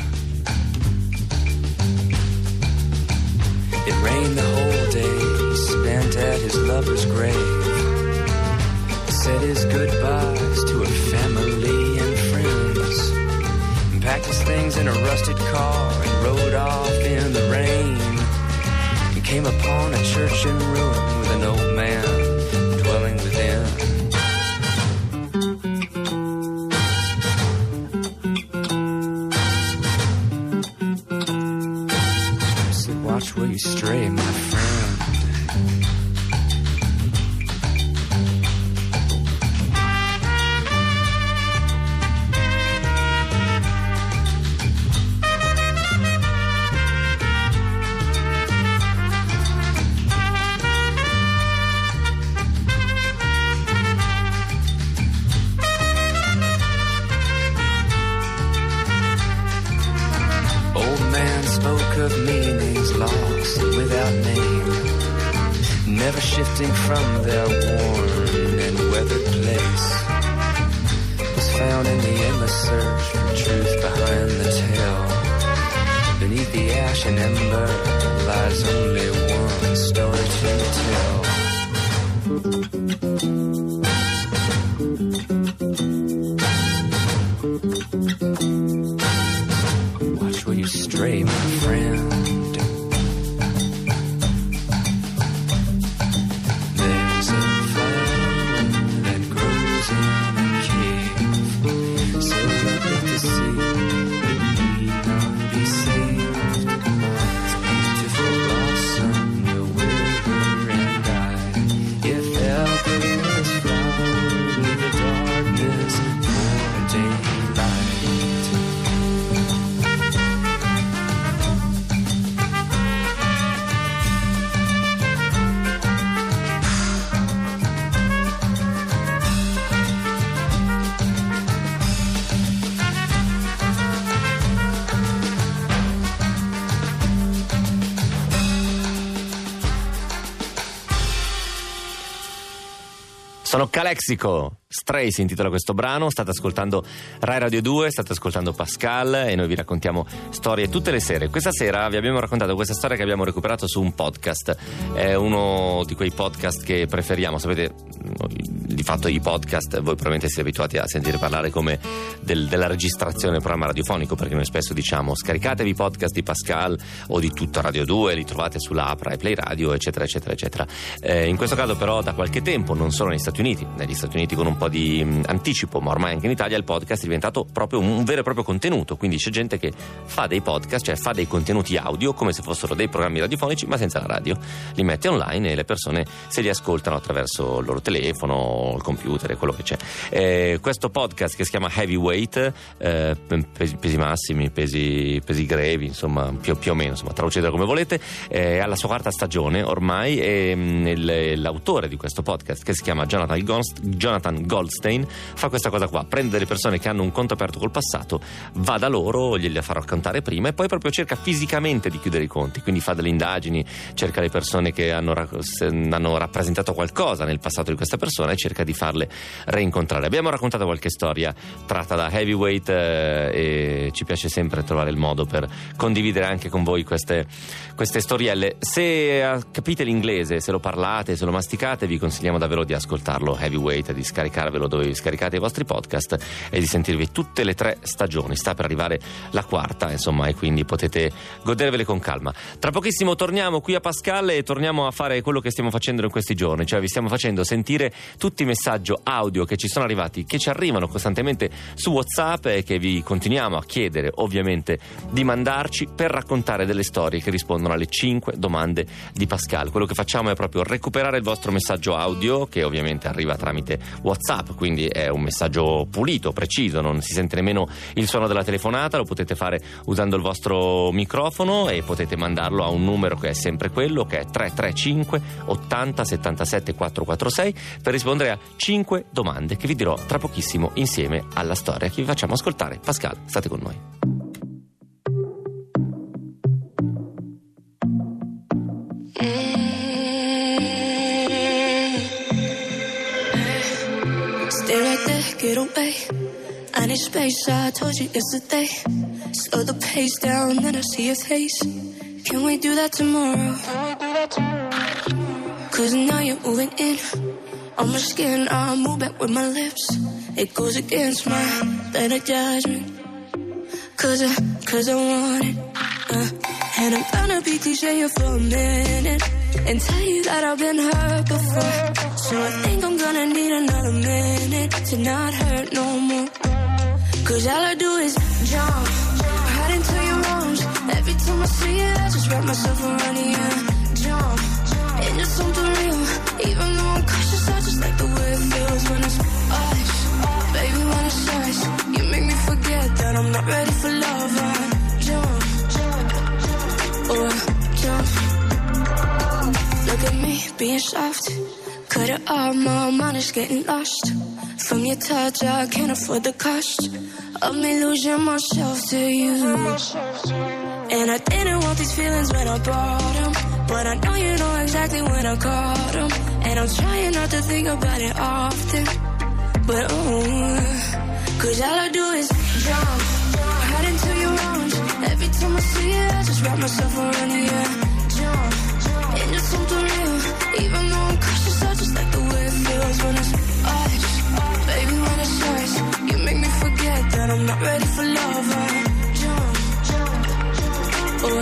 It rained the whole day, spent at his lover's grave. Said his goodbyes to her family and friends, and packed his things in a rusted car and rode off in the rain. And came upon a church in ruin with an old man dwelling within. Watch where you stray, my friend. Old man spoke of meanings lost and without name, never shifting from their worn and weathered place. Was found in the endless search for truth behind the tale. Beneath the ash and ember lies only one story to tell. Watch where you stray, my friend. There's a flower that grows in Sono Calexico, Stray si intitola questo brano, state ascoltando Rai Radio 2, state ascoltando Pascal e noi vi raccontiamo storie tutte le sere. Questa sera vi abbiamo raccontato questa storia che abbiamo recuperato su un podcast, è uno di quei podcast che preferiamo, sapete, di fatto i podcast voi probabilmente siete abituati a sentire parlare come della registrazione del programma radiofonico, perché noi spesso diciamo scaricatevi i podcast di Pascal o di tutta Radio 2, li trovate sull'app Rai Play Radio eccetera eccetera eccetera. In questo caso però da qualche tempo, non solo negli Stati Uniti, con un po' di anticipo, ma ormai anche in Italia il podcast è diventato proprio un vero e proprio contenuto, quindi c'è gente che fa dei podcast, cioè fa dei contenuti audio come se fossero dei programmi radiofonici ma senza la radio, li mette online e le persone se li ascoltano attraverso il loro telefono, il computer e quello che c'è. Questo podcast che si chiama Heavyweight, pesi massimi, pesi grevi, insomma più o meno, insomma traducetelo come volete, è alla sua quarta stagione ormai e l'autore di questo podcast, che si chiama Jonathan Goldstein, fa questa cosa qua: prende delle persone che hanno un conto aperto col passato, va da loro, glieli fa raccontare prima e poi proprio cerca fisicamente di chiudere i conti, quindi fa delle indagini, cerca le persone che hanno rappresentato qualcosa nel passato di questa persona e cerca di farle reincontrare. Abbiamo raccontato qualche storia tratta da Heavyweight e ci piace sempre trovare il modo per condividere anche con voi queste storielle. Se capite l'inglese, se lo parlate, se lo masticate, vi consigliamo davvero di ascoltarlo Heavyweight, di scaricarvelo dove vi scaricate i vostri podcast e di sentirvi tutte le 3 stagioni. Sta per arrivare la quarta, insomma, e quindi potete godervele con calma. Tra pochissimo torniamo qui a Pascal e torniamo a fare quello che stiamo facendo in questi giorni, cioè vi stiamo facendo sentire tutti i messaggi audio che ci sono arrivati, che ci arrivano costantemente su WhatsApp e che vi continuiamo a chiedere ovviamente di mandarci per raccontare delle storie che rispondono alle 5 domande di Pascal. Quello che facciamo è proprio recuperare il vostro messaggio audio, che ovviamente arriva tramite WhatsApp, quindi è un messaggio pulito, preciso, non si sente nemmeno il suono della telefonata, lo potete fare usando il vostro microfono e potete mandarlo a un numero che è sempre quello, che è 335 80 77 446, per rispondere a 5 domande che vi dirò tra pochissimo insieme alla storia che vi facciamo ascoltare. Pascal, state con noi. Stay right there, get away. I need space, I told you yesterday. Slow the pace down, then I see your face. Can we do that tomorrow? Cause now you're moving in on my skin, I'll move back with my lips. It goes against my better judgment. Cause I want it. And I'm gonna be cliche here for a minute and tell you that I've been hurt before. So I think I'm gonna need another minute to not hurt no more. Cause all I do is jump right into your arms. Every time I see you, I just wrap myself around you. Jump into something real. Even though I'm cautious, I just like the way it feels when it's us. Baby, when it's us, you make me forget that I'm not ready for love. I jump, or jump. Look at me, being soft. Cut it off, my mind is getting lost. From your touch, I can't afford the cost of me losing myself to you. And I didn't want these feelings when I brought them, but I know you know exactly when I caught them. And I'm trying not to think about it often, but cause all I do is jump right into your arms. Every time I see you, I just wrap myself around you. Jump into something real. Even though I'm cautious, I just like the way it feels when it's us. Baby, when it's us, you make me forget that I'm not ready for love. I jump, or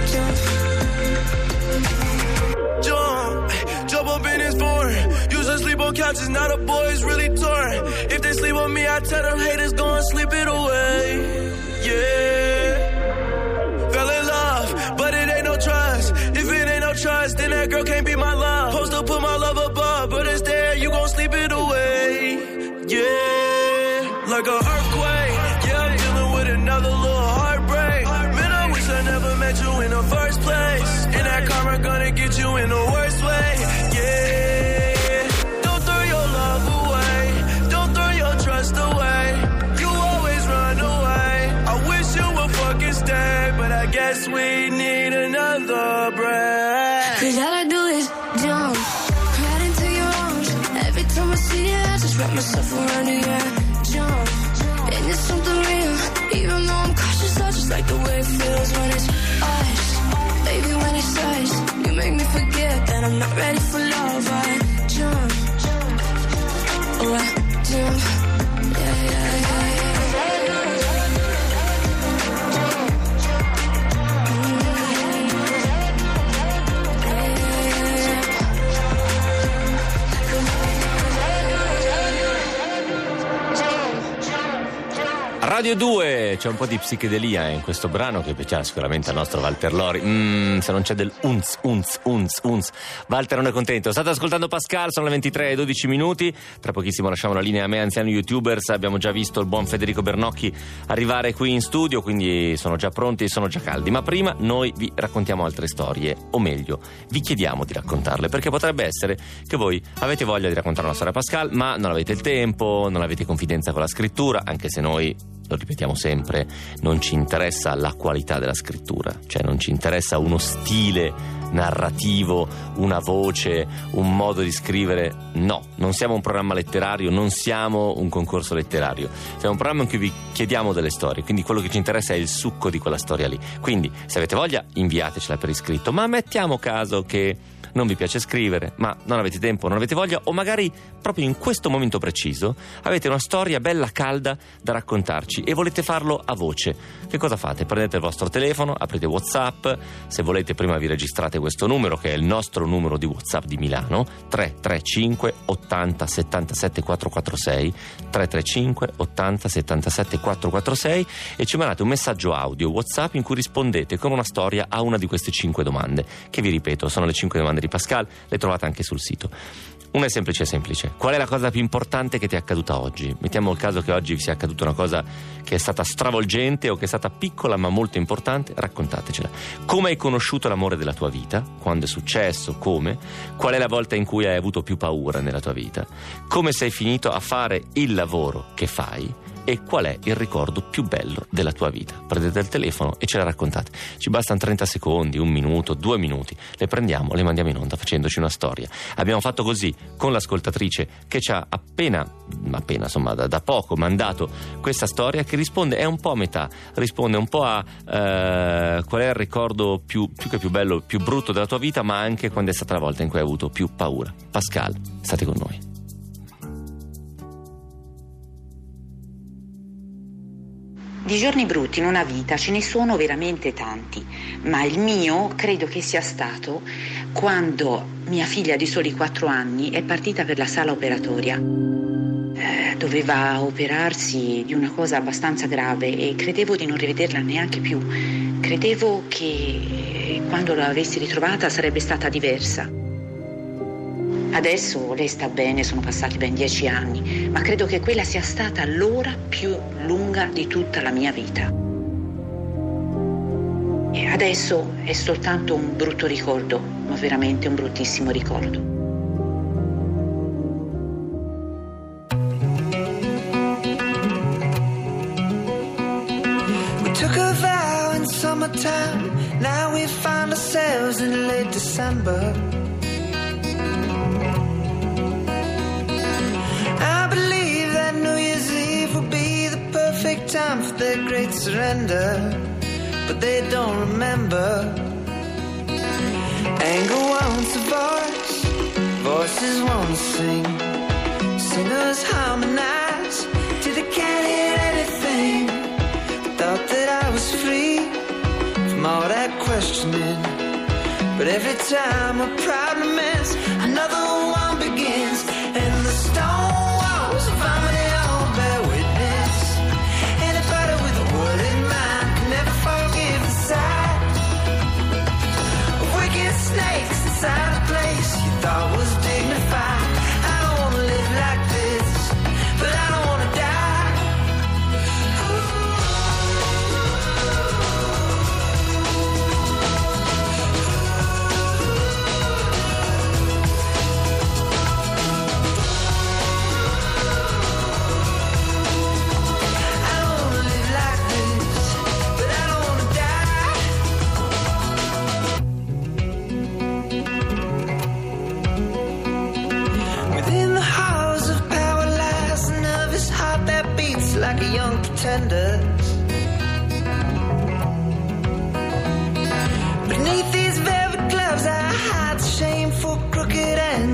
jump up in his born. Used to sleep on couches, now the boys really torn. If they sleep on me, I tell them haters go and sleep it away. Yeah, fell in love, but it ain't no trust. If it ain't no trust, then that girl can't be my love. Supposed to put my love above, but it's there, you gon' sleep it away. Yeah, like an earthquake. Yeah, I'm dealing with another little heartbreak. Man, I wish I never met you in the first place. And that karma gonna get you in the worst way. Yeah, don't throw your love away. Don't throw your trust away. You always run away. I wish you would fucking stay, but I guess we need another breath. cause all I do is jump right into your arms. Every time I see for running, yeah. Jump, and it's something real. Even though I'm cautious, I just like the way it feels when it's us. Baby, when it's us, you make me forget that I'm not ready for love. I jump, oh I jump, yeah, yeah, yeah, yeah. Radio 2, c'è un po' di psichedelia in questo brano che piacerà sicuramente al nostro Walter Lori. Se non c'è del unz. Walter non è contento. State ascoltando Pascal, sono le 23:12. Tra pochissimo lasciamo la linea a me, anziano youtubers. Abbiamo già visto il buon Federico Bernocchi arrivare qui in studio, quindi sono già pronti e sono già caldi. Ma prima noi vi raccontiamo altre storie, o meglio, vi chiediamo di raccontarle, perché potrebbe essere che voi avete voglia di raccontare una storia a Pascal, ma non avete il tempo, non avete confidenza con la scrittura, anche se noi, lo ripetiamo sempre, non ci interessa la qualità della scrittura, cioè non ci interessa uno stile narrativo, una voce, un modo di scrivere. No, non siamo un programma letterario, non siamo un concorso letterario, siamo un programma in cui vi chiediamo delle storie, quindi quello che ci interessa è il succo di quella storia lì. Quindi se avete voglia inviatecela per iscritto, ma mettiamo caso che non vi piace scrivere, ma non avete tempo, non avete voglia, o magari proprio in questo momento preciso avete una storia bella calda da raccontarci e volete farlo a voce. Che cosa fate? Prendete il vostro telefono, aprite WhatsApp, se volete prima vi registrate questo numero che è il nostro numero di WhatsApp di Milano, 335 80 77 446, 335 80 77 446, e ci mandate un messaggio audio WhatsApp in cui rispondete con una storia a una di queste 5 domande, che vi ripeto sono le 5 domande di Pascal, le trovate anche sul sito. Una è semplice. Qual è la cosa più importante che ti è accaduta oggi? Mettiamo il caso che oggi vi sia accaduta una cosa che è stata stravolgente o che è stata piccola ma molto importante, raccontatecela. Come hai conosciuto l'amore della tua vita? Quando è successo? Come? Qual è la volta in cui hai avuto più paura nella tua vita? Come sei finito a fare il lavoro che fai? E qual è il ricordo più bello della tua vita? Prendete il telefono e ce la raccontate. Ci bastano 30 secondi, 1 minuto, 2 minuti. Le prendiamo, le mandiamo in onda facendoci una storia. Abbiamo fatto così con l'ascoltatrice che ci ha appena insomma da poco mandato questa storia, che risponde, è un po' a metà, risponde un po' a qual è il ricordo più che più bello, più brutto della tua vita, ma anche quando è stata la volta in cui hai avuto più paura. Pascal, state con noi. Di giorni brutti in una vita ce ne sono veramente tanti, ma il mio credo che sia stato quando mia figlia di soli 4 anni è partita per la sala operatoria. Doveva operarsi di una cosa abbastanza grave e credevo di non rivederla neanche più. Credevo che quando l'avessi ritrovata sarebbe stata diversa. Adesso lei sta bene, sono passati ben 10 anni, ma credo che quella sia stata l'ora più lunga di tutta la mia vita. E adesso è soltanto un brutto ricordo, ma veramente un bruttissimo ricordo. We took a vow in summertime, now we find ourselves in late December. Time for their great surrender, but they don't remember. Anger wants a voice, voices want to sing, singers harmonize till they can't hear anything. Thought that I was free from all that questioning, but every time a problem ends, another one begins, and the stone walls of harmony all bear witness. Snakes inside a place you thought was dignified. I don't wanna live like this, but I don't wanna die.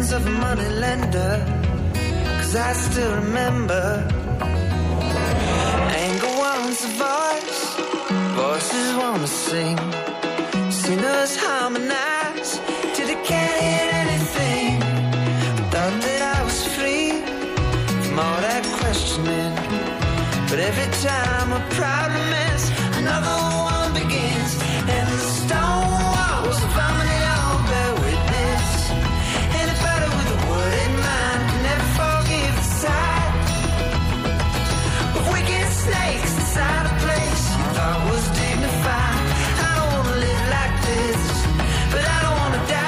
hands of a money lender, 'cause I still remember. Anger wants a voice, voices wanna sing, singers harmonize till they can't hear anything. Thought that I was free from all that questioning, but every time a problem ends, another one begins, and the stone walls of harmony all bear witness. Anybody with a word in mind can never forgive the sight of wicked snakes inside a place you thought was dignified. I don't wanna live like this, but I don't wanna die.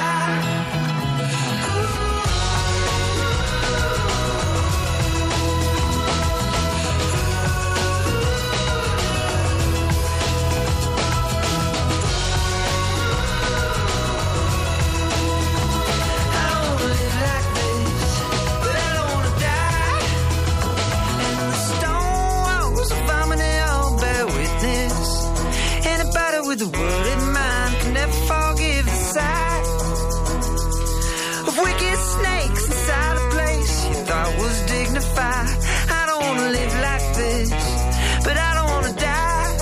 With a word in mind can never forgive the sight of wicked snakes inside a place you thought was dignified. I don't wanna live like this, but I don't wanna die.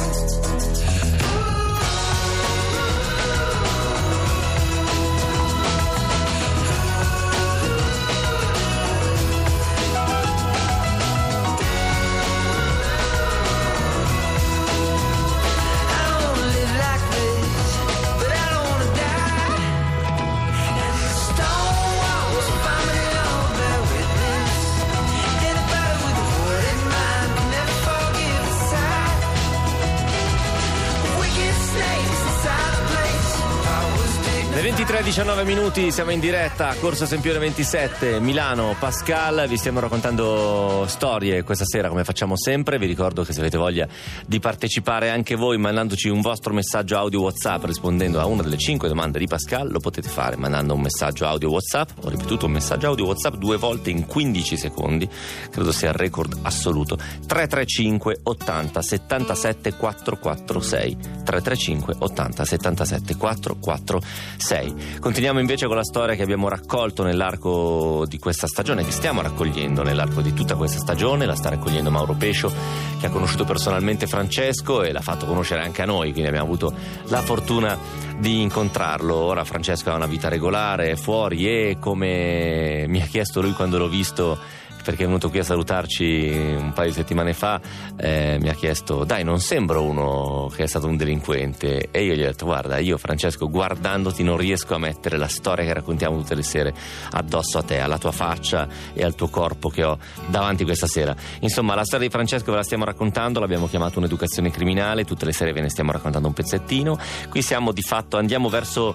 Le 23:19 minuti, siamo in diretta, Corso Sempione 27, Milano, Pascal, vi stiamo raccontando storie questa sera come facciamo sempre. Vi ricordo che se avete voglia di partecipare anche voi mandandoci un vostro messaggio audio WhatsApp rispondendo a una delle 5 domande di Pascal, lo potete fare mandando un messaggio audio WhatsApp, ho ripetuto un messaggio audio WhatsApp 2 volte in 15 secondi, credo sia il record assoluto. 335 80 77 446 335 80 77 446. Continuiamo invece con la storia che abbiamo raccolto nell'arco di questa stagione, che stiamo raccogliendo nell'arco di tutta questa stagione. La sta raccogliendo Mauro Pescio, che ha conosciuto personalmente Francesco e l'ha fatto conoscere anche a noi, quindi abbiamo avuto la fortuna di incontrarlo. Ora Francesco ha una vita regolare, è fuori, e come mi ha chiesto lui quando l'ho visto, perché è venuto qui a salutarci un paio di settimane fa, mi ha chiesto: dai, non sembro uno che è stato un delinquente? E io gli ho detto: guarda, io Francesco, guardandoti non riesco a mettere la storia che raccontiamo tutte le sere addosso a te, alla tua faccia e al tuo corpo che ho davanti questa sera. Insomma, la storia di Francesco ve la stiamo raccontando, l'abbiamo chiamato un'educazione criminale, tutte le sere ve ne stiamo raccontando un pezzettino. Qui siamo di fatto, andiamo verso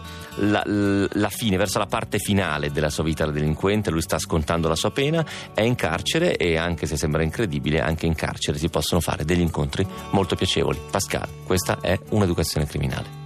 la fine, verso la parte finale della sua vita da delinquente. Lui sta scontando la sua pena, è in carcere, e anche se sembra incredibile, anche in carcere si possono fare degli incontri molto piacevoli. Pascal, questa è un'educazione criminale.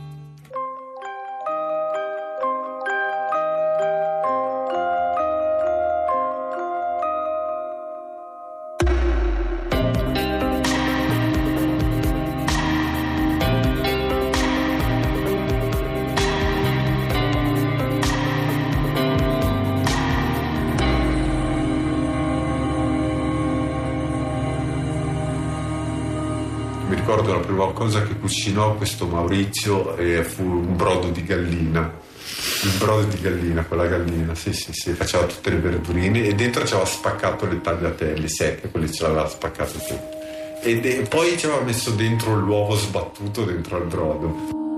Mi ricordo la prima cosa che cucinò questo Maurizio fu un brodo di gallina. Il brodo di gallina, quella gallina, sì, faceva tutte le verdurine e dentro ci aveva spaccato le tagliatelle secche, quelle ce l'aveva spaccato tutto. E poi ci aveva messo dentro l'uovo sbattuto dentro al brodo.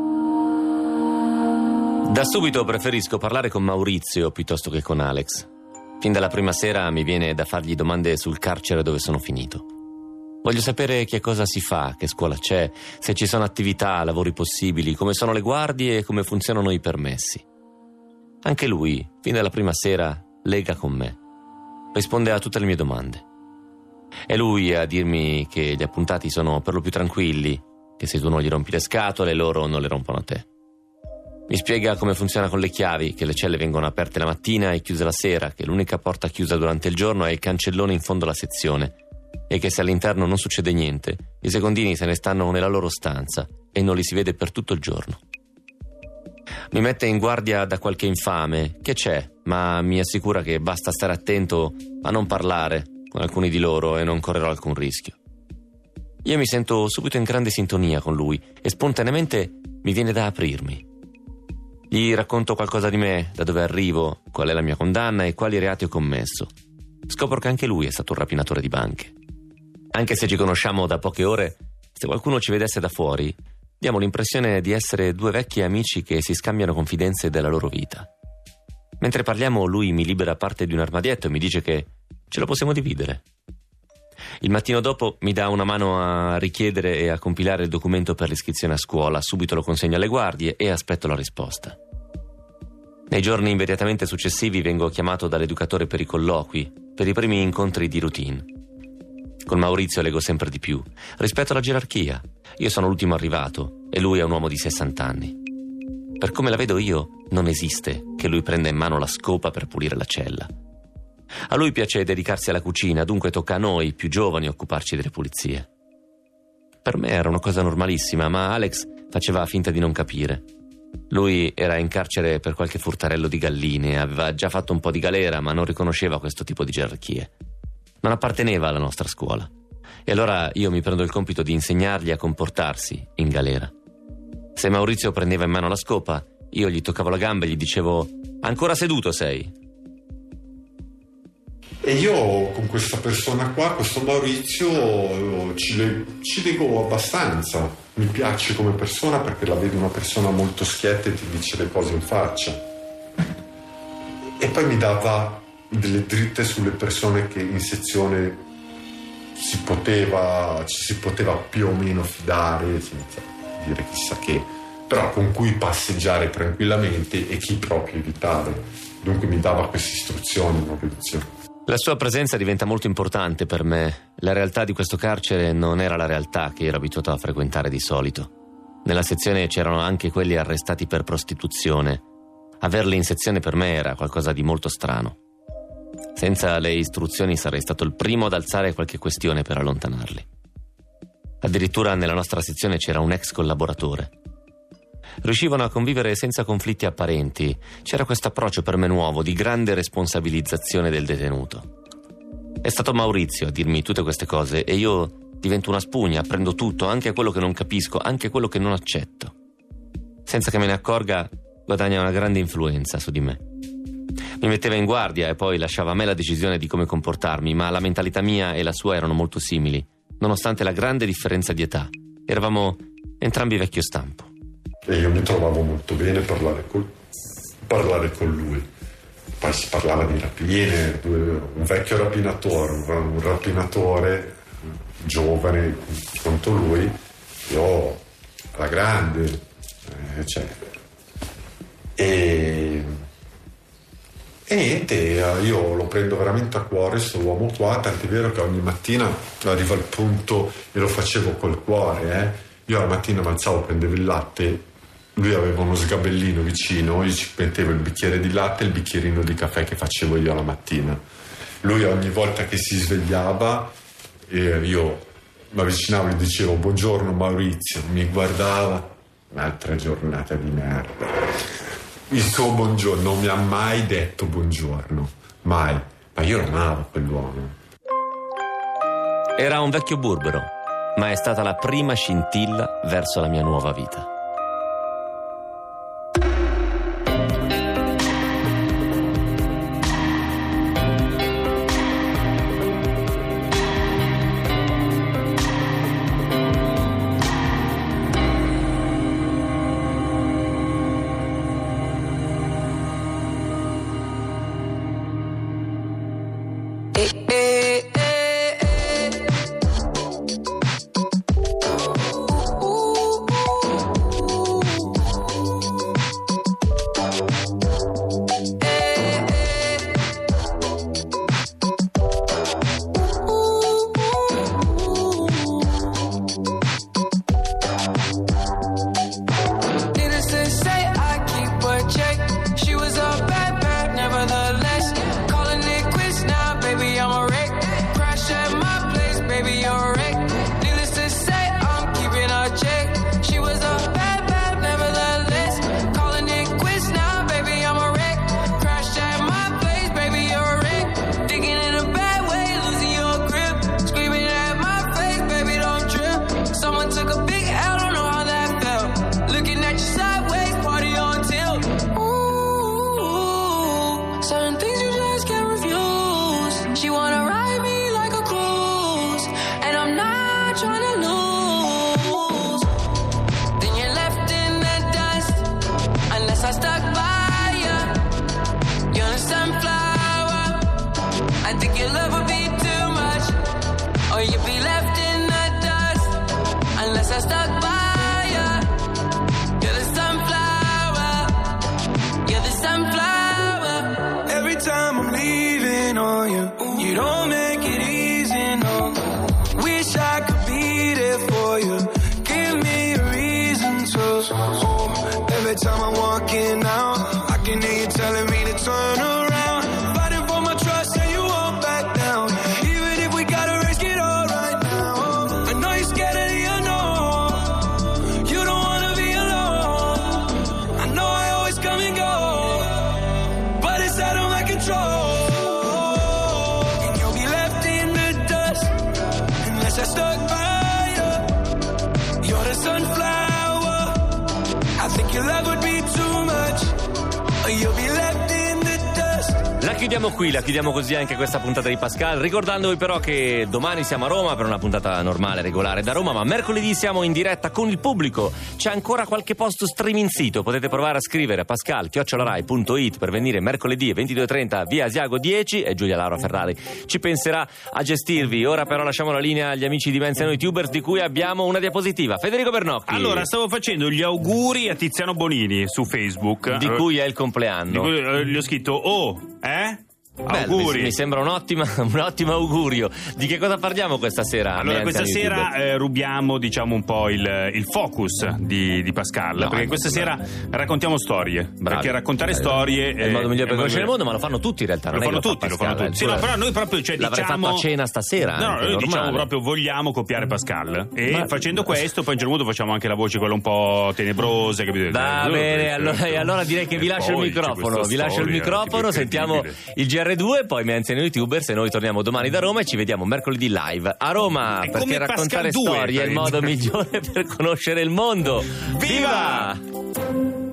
Da subito preferisco parlare con Maurizio piuttosto che con Alex. Fin dalla prima sera mi viene da fargli domande sul carcere dove sono finito. Voglio sapere che cosa si fa, che scuola c'è, se ci sono attività, lavori possibili, come sono le guardie e come funzionano i permessi. Anche lui, fin dalla prima sera, lega con me. Risponde a tutte le mie domande. È lui a dirmi che gli appuntati sono per lo più tranquilli, che se tu non gli rompi le scatole, loro non le rompono a te. Mi spiega come funziona con le chiavi, che le celle vengono aperte la mattina e chiuse la sera, che l'unica porta chiusa durante il giorno è il cancellone in fondo alla sezione, e che se all'interno non succede niente, i secondini se ne stanno nella loro stanza e non li si vede per tutto il giorno. Mi mette in guardia da qualche infame, che c'è, ma mi assicura che basta stare attento a non parlare con alcuni di loro e non correrò alcun rischio. Io mi sento subito in grande sintonia con lui e spontaneamente mi viene da aprirmi. Gli racconto qualcosa di me, da dove arrivo, qual è la mia condanna e quali reati ho commesso. Scopro che anche lui è stato un rapinatore di banche. Anche se ci conosciamo da poche ore, se qualcuno ci vedesse da fuori, diamo l'impressione di essere due vecchi amici che si scambiano confidenze della loro vita. Mentre parliamo, lui mi libera parte di un armadietto e mi dice che ce lo possiamo dividere. Il mattino dopo mi dà una mano a richiedere e a compilare il documento per l'iscrizione a scuola, subito lo consegno alle guardie e aspetto la risposta. Nei giorni immediatamente successivi vengo chiamato dall'educatore per i colloqui, per i primi incontri di routine. Con Maurizio leggo sempre di più. Rispetto alla gerarchia, io sono l'ultimo arrivato e lui è un uomo di 60 anni. Per come la vedo io, non esiste che lui prenda in mano la scopa per pulire la cella. A lui piace dedicarsi alla cucina, dunque tocca a noi, più giovani, occuparci delle pulizie. Per me era una cosa normalissima, ma Alex faceva finta di non capire. Lui era in carcere per qualche furtarello di galline, aveva già fatto un po' di galera, ma non riconosceva questo tipo di gerarchie. Non apparteneva alla nostra scuola. E allora io mi prendo il compito di insegnargli a comportarsi in galera. Se Maurizio prendeva in mano la scopa, io gli toccavo la gamba e gli dicevo: ancora seduto sei? E io con questa persona qua, questo Maurizio, ci leggo abbastanza. Mi piace come persona perché la vedo una persona molto schietta e ti dice le cose in faccia. E poi mi dava delle dritte sulle persone che in sezione ci si poteva più o meno fidare, senza dire chissà che, però con cui passeggiare tranquillamente e chi proprio evitare. Dunque mi dava queste istruzioni, Maurizio. La sua presenza diventa molto importante per me. La realtà di questo carcere non era la realtà che ero abituato a frequentare di solito. Nella sezione c'erano anche quelli arrestati per prostituzione. Averli in sezione per me era qualcosa di molto strano. Senza le istruzioni sarei stato il primo ad alzare qualche questione per allontanarli. Addirittura nella nostra sezione c'era un ex collaboratore. Riuscivano a convivere senza conflitti apparenti. C'era questo approccio per me nuovo di grande responsabilizzazione del detenuto. È stato Maurizio a dirmi tutte queste cose e io divento una spugna, prendo tutto, anche quello che non capisco, anche quello che non accetto. Senza che me ne accorga, guadagna una grande influenza su di me. Mi metteva in guardia e poi lasciava a me la decisione di come comportarmi, ma la mentalità mia e la sua erano molto simili, nonostante la grande differenza di età. Eravamo entrambi vecchio stampo. E io mi trovavo molto bene parlare con lui. Poi si parlava di rapine, un vecchio rapinatore, un rapinatore giovane quanto lui, io alla grande, e niente, io lo prendo veramente a cuore sto uomo qua, tant'è vero che ogni mattina arriva al punto, e lo facevo col cuore, io la mattina mi alzavo, prendevo il latte, lui aveva uno sgabellino vicino, io ci mettevo il bicchiere di latte e il bicchierino di caffè che facevo io la mattina. Lui ogni volta che si svegliava, io mi avvicinavo e gli dicevo: buongiorno Maurizio, mi guardava, un'altra giornata di merda. Il suo buongiorno, non mi ha mai detto buongiorno, mai, ma io lo amavo quell'uomo. Era un vecchio burbero, ma è stata la prima scintilla verso la mia nuova vita. stuck by you. You're the sunflower. You're the sunflower. Every time I'm leaving on you, you don't make it easy, no. Wish I could be there for you. Give me a reason to. Oh, every time I'm walking out, I can hear you telling me to turn around. Fighting for my trust and you won't back down. Even if we gotta risk it all right now. I know you're scared of the unknown. You don't wanna be alone. I know I always come and go, but it's out of my control. And you'll be left in the dust unless I stuck by you. You're the sunflower. I think your love would be too much. You'll be left in the dust. La chiudiamo qui, la chiudiamo così anche questa puntata di Pascal, ricordandovi però che domani siamo a Roma per una puntata normale, regolare da Roma, ma mercoledì siamo in diretta con il pubblico. C'è ancora qualche posto streaming sito, potete provare a scrivere a pascal@rai.it per venire mercoledì 22:30 via Asiago 10 e Giulia Laura Ferrari ci penserà a gestirvi. Ora però lasciamo la linea agli amici di Menziano YouTubers, di cui abbiamo una diapositiva. Federico Bernocchi. Allora, stavo facendo gli auguri a Tiziano Bonini su Facebook, di cui è il compleanno. Di cui gli ho scritto Bello, auguri. mi sembra un ottimo augurio. Di che cosa parliamo questa sera? Allora, questa sera rubiamo, diciamo, un po' il focus di Pascal, No, perché questa sera raccontiamo storie. Bravi. Perché raccontare storie è il modo migliore per conoscere il mondo, ma lo fanno tutti in realtà. Lo fanno tutti. Sì, no, però noi proprio l'avrei fatto a cena stasera. No, noi diciamo proprio vogliamo copiare Pascal. E facendo questo, poi a un certo punto facciamo anche la voce quella un po' tenebrosa, capito? Va bene, allora direi che vi lascio il microfono. Vi lascio il microfono, sentiamo il GR2, poi Menziano YouTubers e noi torniamo domani da Roma e ci vediamo mercoledì live a Roma, perché raccontare storie è il modo migliore per conoscere il mondo. Viva!